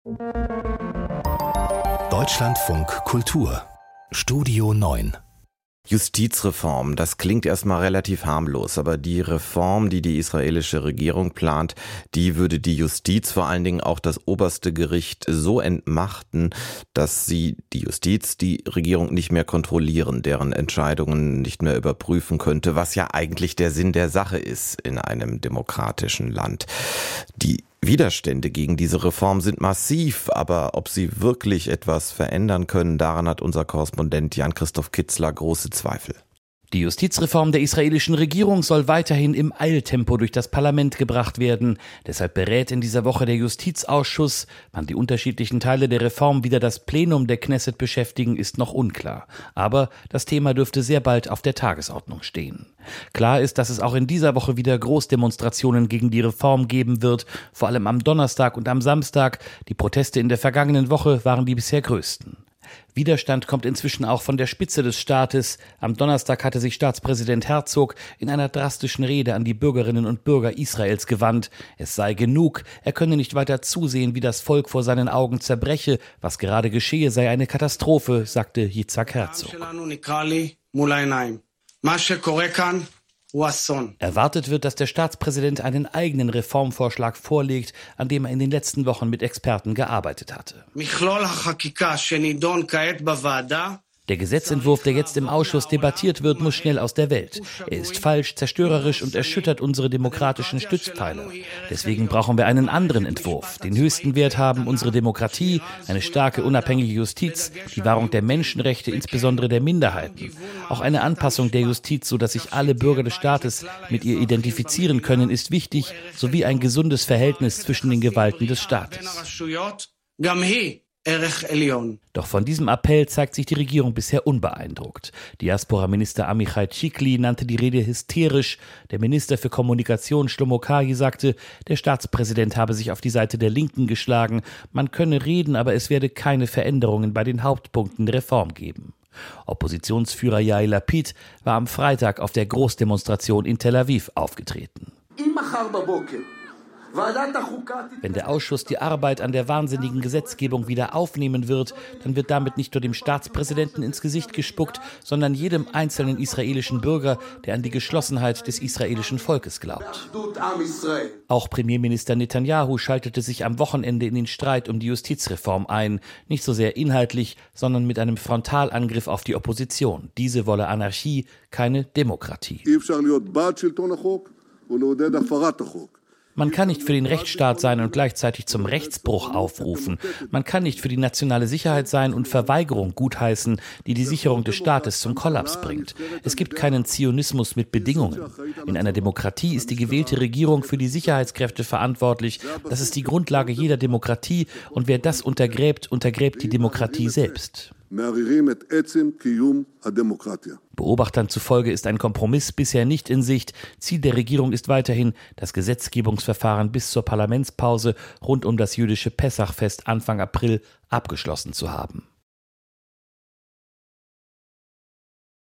Deutschlandfunk Kultur Studio 9. Justizreform, das klingt erstmal relativ harmlos, aber die Reform, die die israelische Regierung plant, die würde die Justiz, vor allen Dingen auch das oberste Gericht, so entmachten, dass sie die Justiz, die Regierung nicht mehr kontrollieren, deren Entscheidungen nicht mehr überprüfen könnte, was ja eigentlich der Sinn der Sache ist in einem demokratischen Land. Die Widerstände gegen diese Reform sind massiv, aber ob sie wirklich etwas verändern können, daran hat unser Korrespondent Jan-Christoph Kitzler große Zweifel. Die Justizreform der israelischen Regierung soll weiterhin im Eiltempo durch das Parlament gebracht werden. Deshalb berät in dieser Woche der Justizausschuss. Wann die unterschiedlichen Teile der Reform wieder das Plenum der Knesset beschäftigen, ist noch unklar. Aber das Thema dürfte sehr bald auf der Tagesordnung stehen. Klar ist, dass es auch in dieser Woche wieder Großdemonstrationen gegen die Reform geben wird, vor allem am Donnerstag und am Samstag. Die Proteste in der vergangenen Woche waren die bisher größten. Widerstand kommt inzwischen auch von der Spitze des Staates. Am Donnerstag hatte sich Staatspräsident Herzog in einer drastischen Rede an die Bürgerinnen und Bürger Israels gewandt. Es sei genug, er könne nicht weiter zusehen, wie das Volk vor seinen Augen zerbreche. Was gerade geschehe, sei eine Katastrophe, sagte Yitzhak Herzog. Erwartet wird, dass der Staatspräsident einen eigenen Reformvorschlag vorlegt, an dem er in den letzten Wochen mit Experten gearbeitet hatte. Der Gesetzentwurf, der jetzt im Ausschuss debattiert wird, muss schnell aus der Welt. Er ist falsch, zerstörerisch und erschüttert unsere demokratischen Stützpfeiler. Deswegen brauchen wir einen anderen Entwurf. Den höchsten Wert haben unsere Demokratie, eine starke, unabhängige Justiz, die Wahrung der Menschenrechte, insbesondere der Minderheiten. Auch eine Anpassung der Justiz, sodass sich alle Bürger des Staates mit ihr identifizieren können, ist wichtig, sowie ein gesundes Verhältnis zwischen den Gewalten des Staates. Doch von diesem Appell zeigt sich die Regierung bisher unbeeindruckt. Diaspora-Minister Amichai Chikli nannte die Rede hysterisch. Der Minister für Kommunikation Shlomo Karhi sagte, der Staatspräsident habe sich auf die Seite der Linken geschlagen. Man könne reden, aber es werde keine Veränderungen bei den Hauptpunkten der Reform geben. Oppositionsführer Yair Lapid war am Freitag auf der Großdemonstration in Tel Aviv aufgetreten. Wenn der Ausschuss die Arbeit an der wahnsinnigen Gesetzgebung wieder aufnehmen wird, dann wird damit nicht nur dem Staatspräsidenten ins Gesicht gespuckt, sondern jedem einzelnen israelischen Bürger, der an die Geschlossenheit des israelischen Volkes glaubt. Auch Premierminister Netanyahu schaltete sich am Wochenende in den Streit um die Justizreform ein. Nicht so sehr inhaltlich, sondern mit einem Frontalangriff auf die Opposition. Diese wolle Anarchie, keine Demokratie. Man kann nicht für den Rechtsstaat sein und gleichzeitig zum Rechtsbruch aufrufen. Man kann nicht für die nationale Sicherheit sein und Verweigerung gutheißen, die die Sicherung des Staates zum Kollaps bringt. Es gibt keinen Zionismus mit Bedingungen. In einer Demokratie ist die gewählte Regierung für die Sicherheitskräfte verantwortlich. Das ist die Grundlage jeder Demokratie und wer das untergräbt, untergräbt die Demokratie selbst. Beobachtern zufolge ist ein Kompromiss bisher nicht in Sicht. Ziel der Regierung ist weiterhin, das Gesetzgebungsverfahren bis zur Parlamentspause rund um das jüdische Pessachfest Anfang April abgeschlossen zu haben.